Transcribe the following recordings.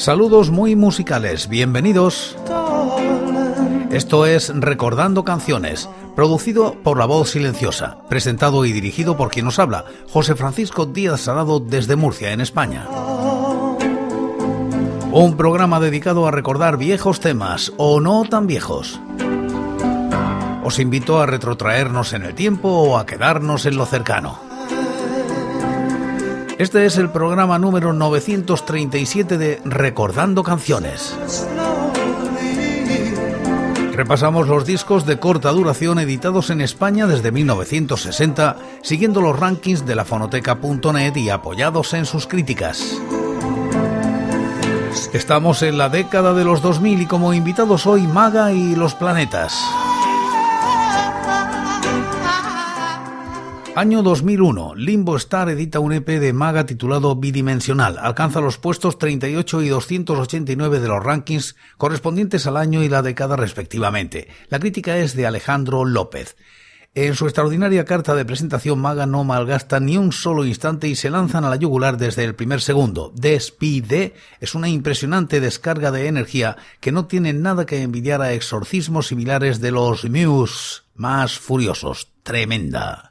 Saludos muy musicales, bienvenidos. Esto es Recordando Canciones, producido por La Voz Silenciosa, presentado y dirigido por quien nos habla, José Francisco Díaz Salado desde Murcia, en España. Un programa dedicado a recordar viejos temas o no tan viejos. Os invito a retrotraernos en el tiempo o a quedarnos en lo cercano. Este es el programa número 937 de Recordando Canciones. Repasamos los discos de corta duración editados en España desde 1960, siguiendo los rankings de lafonoteca.net y apoyados en sus críticas. Estamos en la década de los 2000 y como invitados hoy Maga y Los Planetas. Año 2001, Limbo Star edita un EP de Maga titulado Bidimensional. Alcanza los puestos 38 y 289 de los rankings correspondientes al año y la década respectivamente. La crítica es de Alejandro López. En su extraordinaria carta de presentación, Maga no malgasta ni un solo instante y se lanzan a la yugular desde el primer segundo. Despide es una impresionante descarga de energía que no tiene nada que envidiar a exorcismos similares de los Muse más furiosos. Tremenda.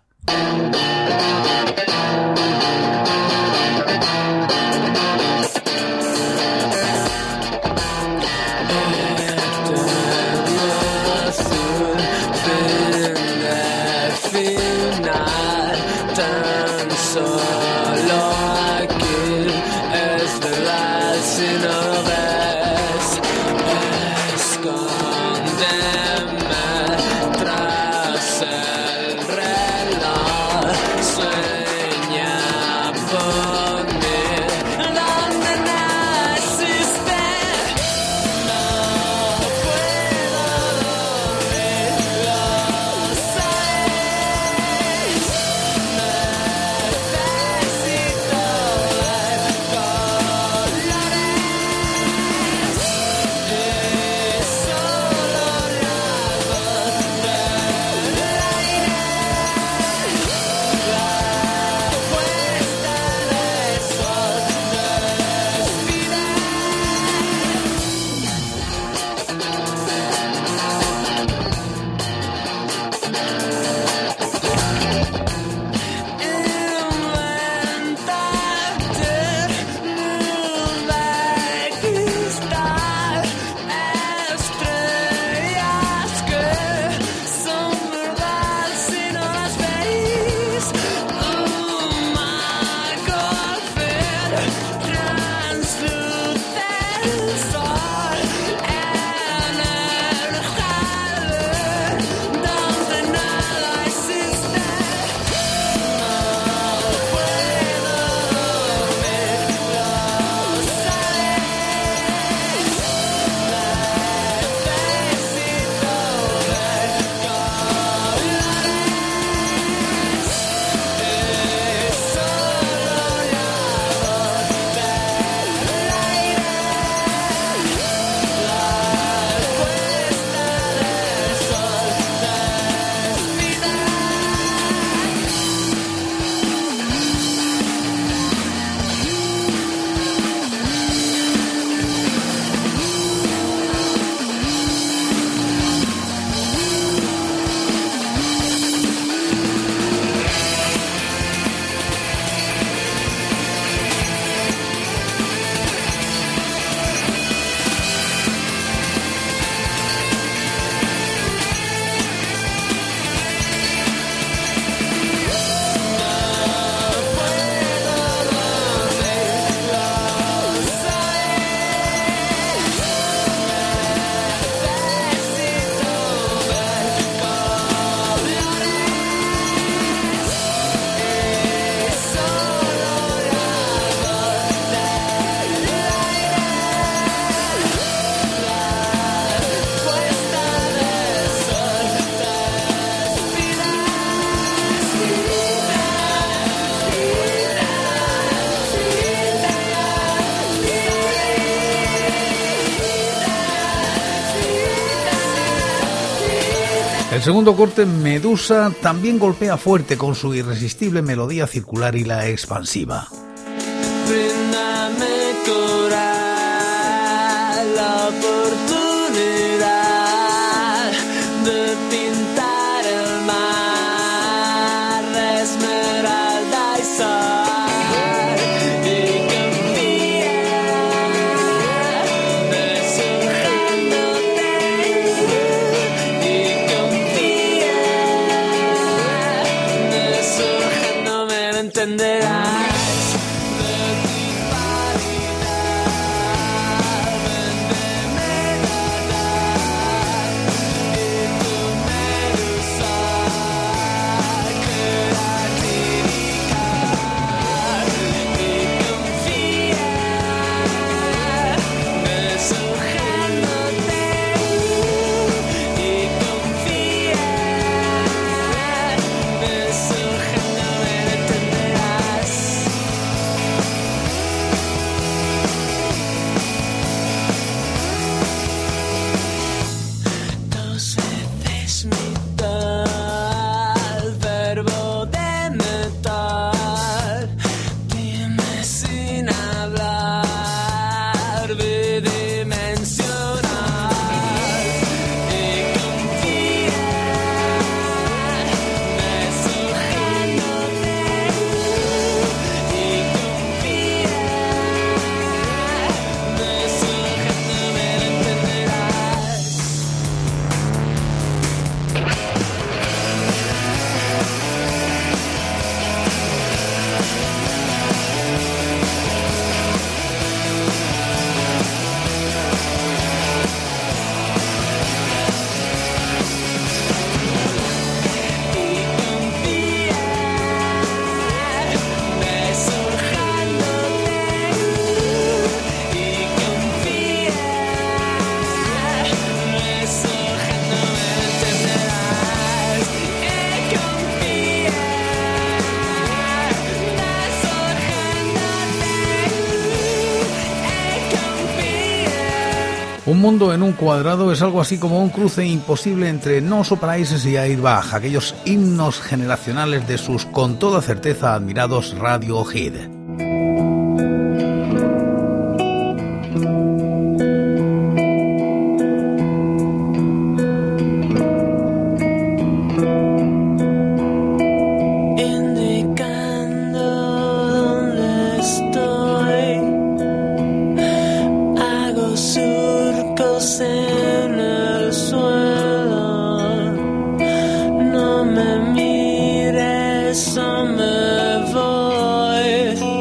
El segundo corte, Medusa, también golpea fuerte con su irresistible melodía circular y la expansiva. Brindame coraje. la oportunidad de pintar el mar de esmeralda y sal y confía deshojándote y confía deshojándome, lo entenderás. Un mundo en un cuadrado es algo así como un cruce imposible entre No Surprises y Airbag, aquellos himnos generacionales de sus con toda certeza admirados Radiohead. No me mires o me voy.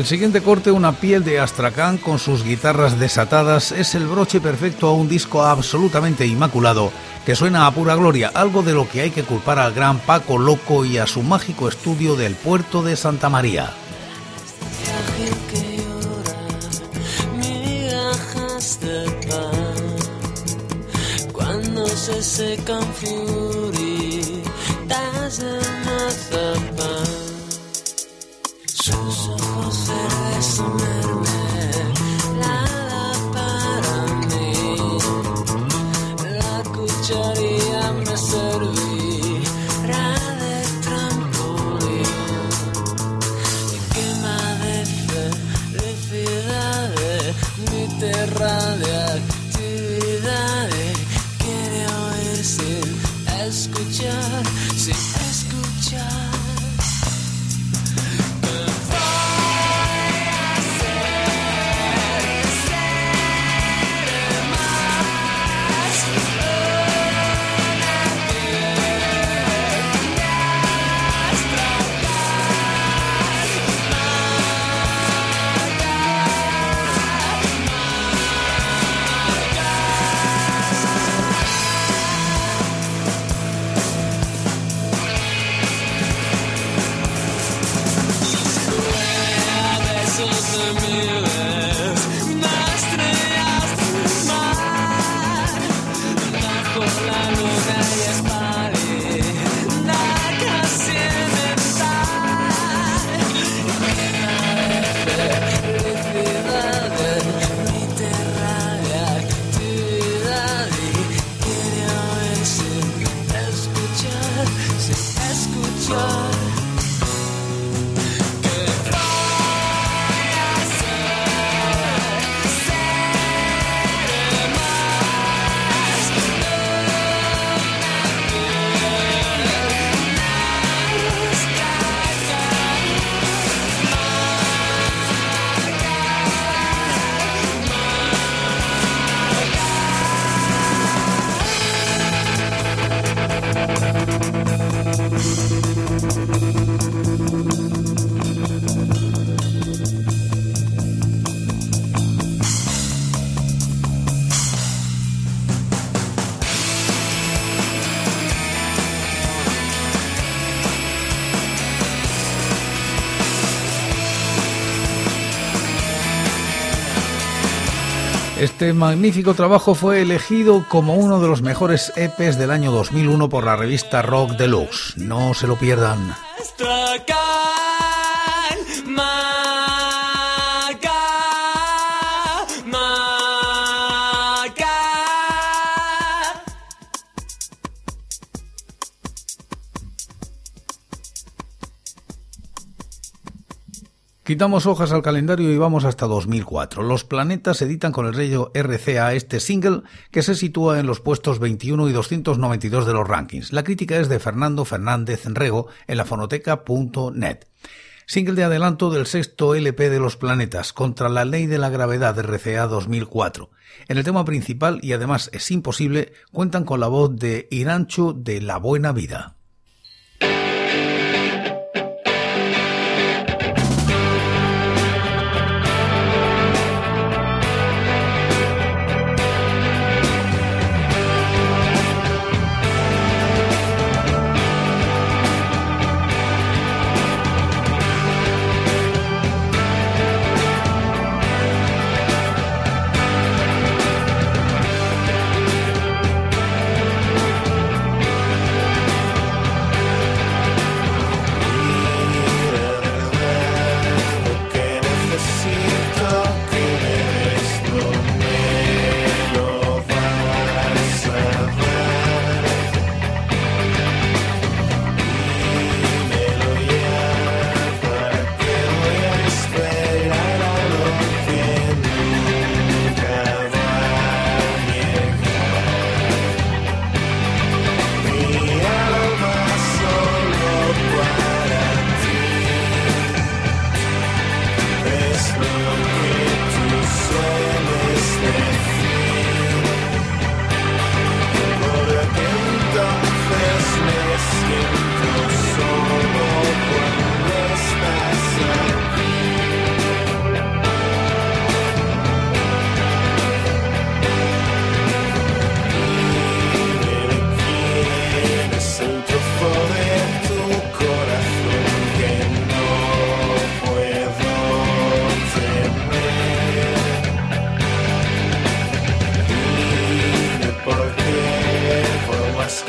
El siguiente corte, Una piel de Astracán con sus guitarras desatadas, es el broche perfecto a un disco absolutamente inmaculado que suena a pura gloria, algo de lo que hay que culpar al gran Paco Loco y a su mágico estudio del puerto de Santa María. Cuando se secan floridas de mazapán, sus ojos verdes son mermelada para mí, la cucharilla me servirá de trampolín y quema de felicidad mi tierra de actividad. Quiere oír sin escuchar, sin escuchar. Este magnífico trabajo fue elegido como uno de los mejores EPs del año 2001 por la revista Rock Deluxe. No se lo pierdan. Quitamos hojas al calendario y vamos hasta 2004. Los Planetas editan con el sello RCA este single que se sitúa en los puestos 21 y 292 de los rankings. La crítica es de Fernando Fernández Rego en lafonoteca.net. Single de adelanto del sexto LP de Los Planetas, Contra la ley de la gravedad, de RCA 2004. En el tema principal, y además es imposible, cuentan con la voz de Iranchu de La Buena Vida.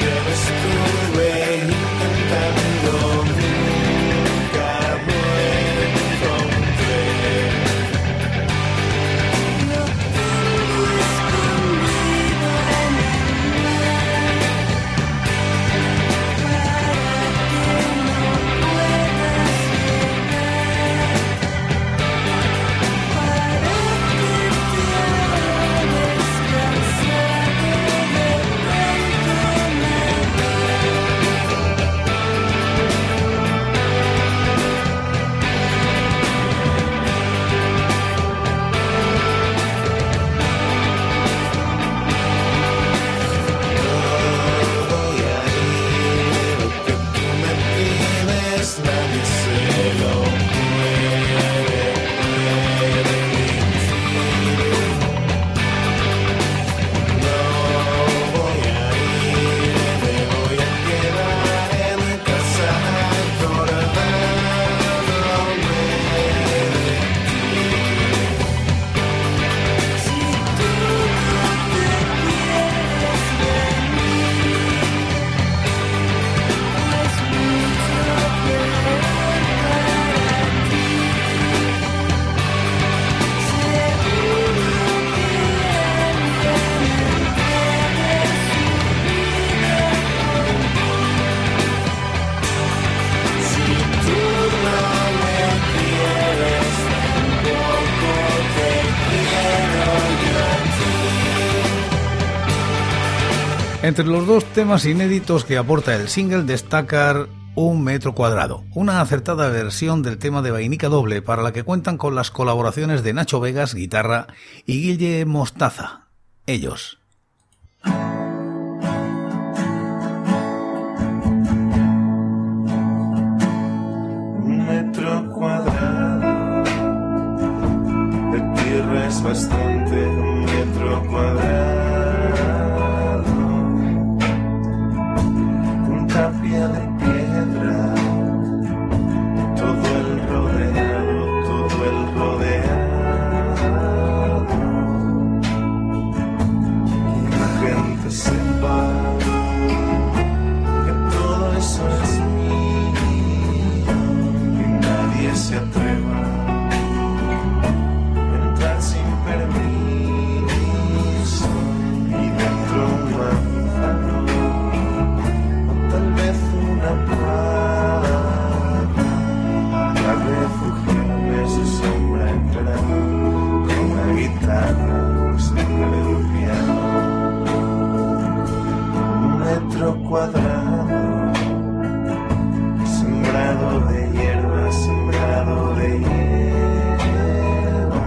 Entre los dos temas inéditos que aporta el single destacar Un metro cuadrado, una acertada versión del tema de Vainica Doble para la que cuentan con las colaboraciones de Nacho Vegas, guitarra, y Guille Mostaza. Ellos. Un metro cuadrado de tierra es bastante, un metro cuadrado. Tapia de piedra, todo el rodeado, y la gente sepa que todo eso es mío y nadie se atreva a entrar sin permiso y dentro un manzano. A refugiarme su sombra en verano, con una guitarra cerca de un piano. Un metro cuadrado, sembrado de hierba, sembrado de hierba.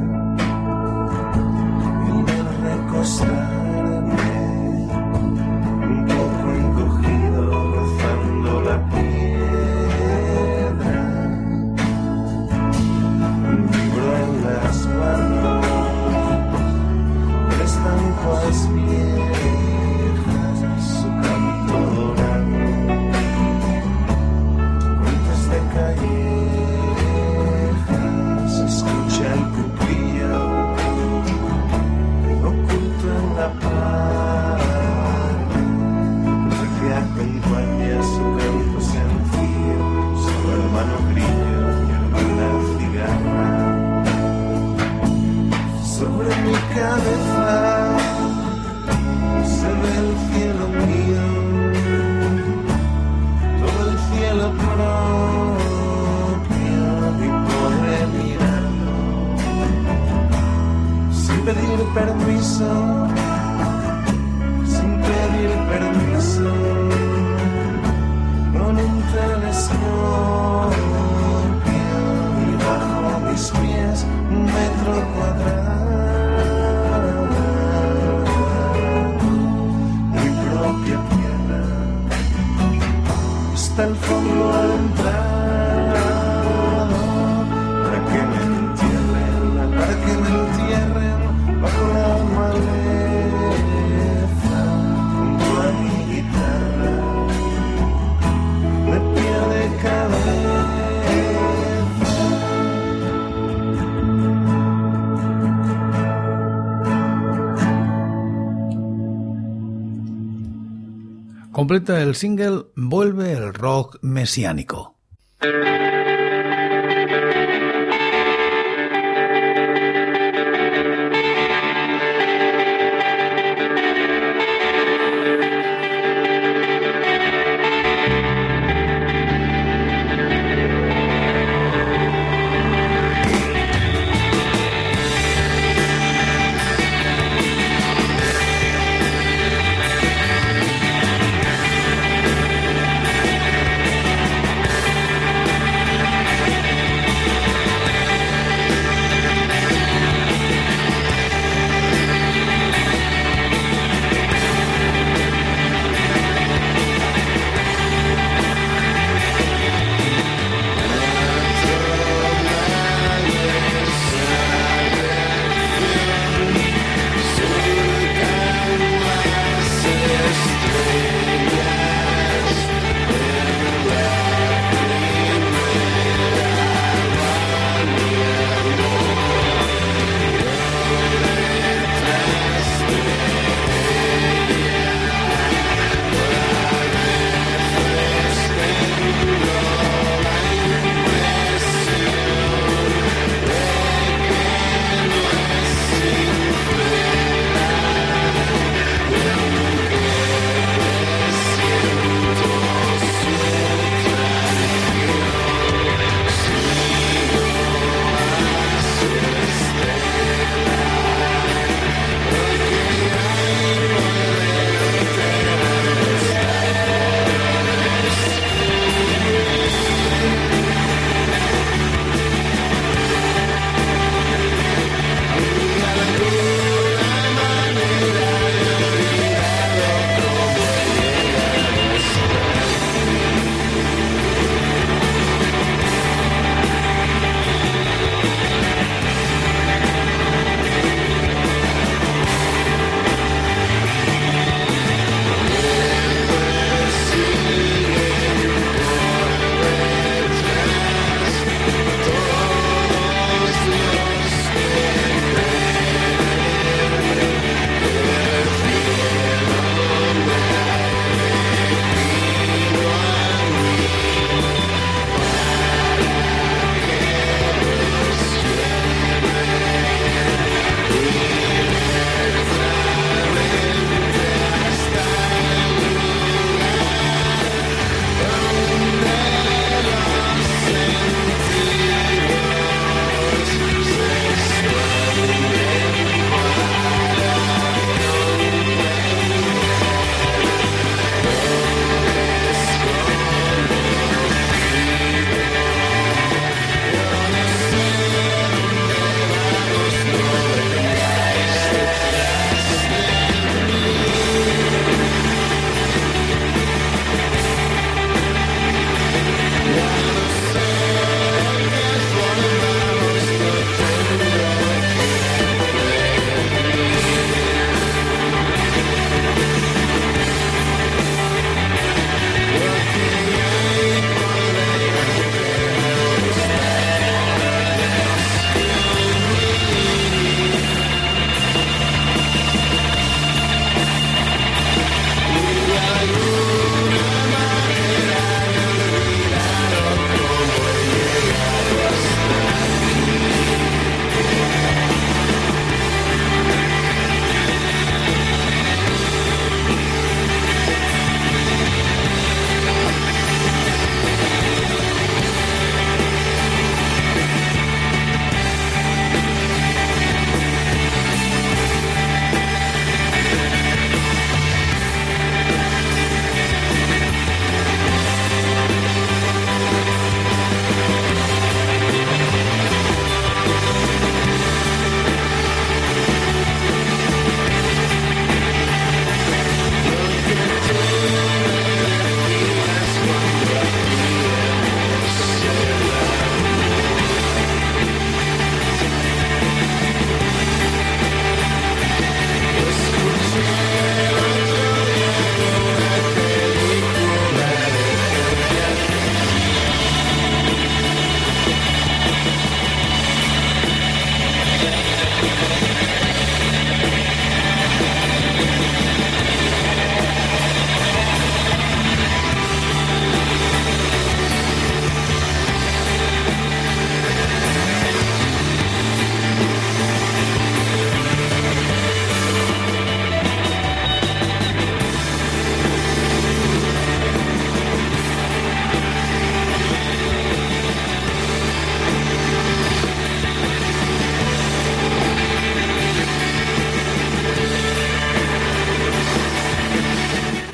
Y en el recostarme, un poco encogido, rozando la piedra, un libro en las manos, estampas viejas, su canto dorado, cuentas de callejas, escucha el cupillo oculto en la pared que acompaña su canto sencillo, su hermano grillo y hermana cigarra. Sobre mi cabeza se ve el cielo mío, todo el cielo propio, y podré mirarlo sin pedir permiso, sin pedir permiso. Con un telescopio y bajo mis pies un metro cuadrado, mi propia tierra, hasta el fondo al entrar, para que me entierren bajo la maleza, junto a mi guitarra. Completa el single Vuelve el rock mesiánico.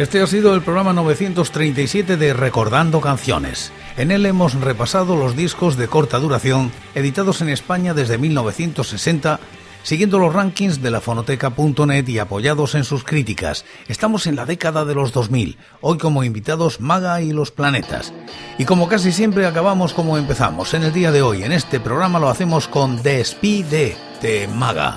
Este ha sido el programa 937 de Recordando Canciones. En él hemos repasado los discos de corta duración editados en España desde 1960, siguiendo los rankings de la fonoteca.net y apoyados en sus críticas. Estamos en la década de los 2000, hoy como invitados Maga y Los Planetas. Y como casi siempre acabamos como empezamos. En el día de hoy, en este programa lo hacemos con Despide de Maga.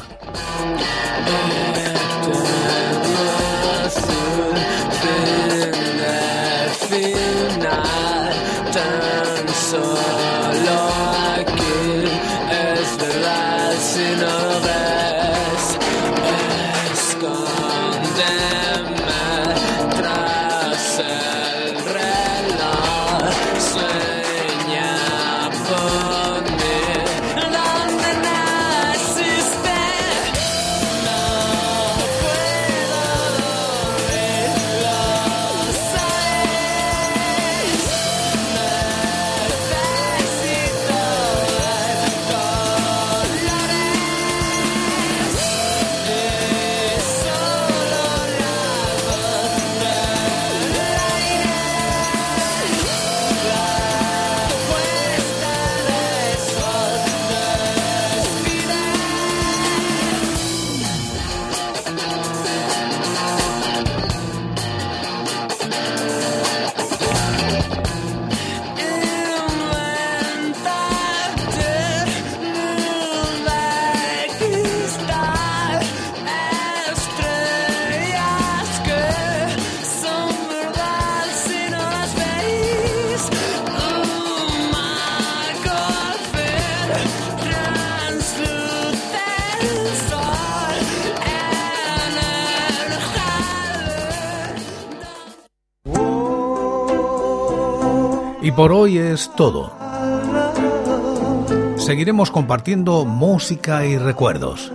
Y por hoy es todo. Seguiremos compartiendo música y recuerdos,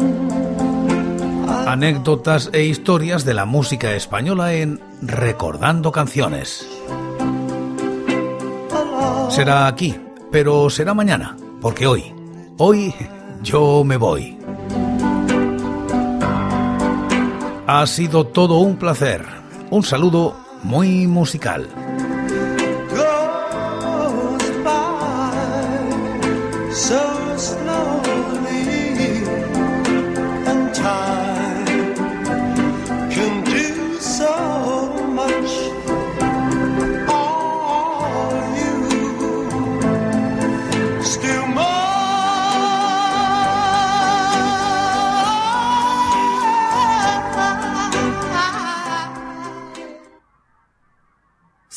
anécdotas e historias de la música española en Recordando Canciones. Será aquí, pero será mañana, porque hoy yo me voy. Ha sido todo un placer. Un saludo muy musical. So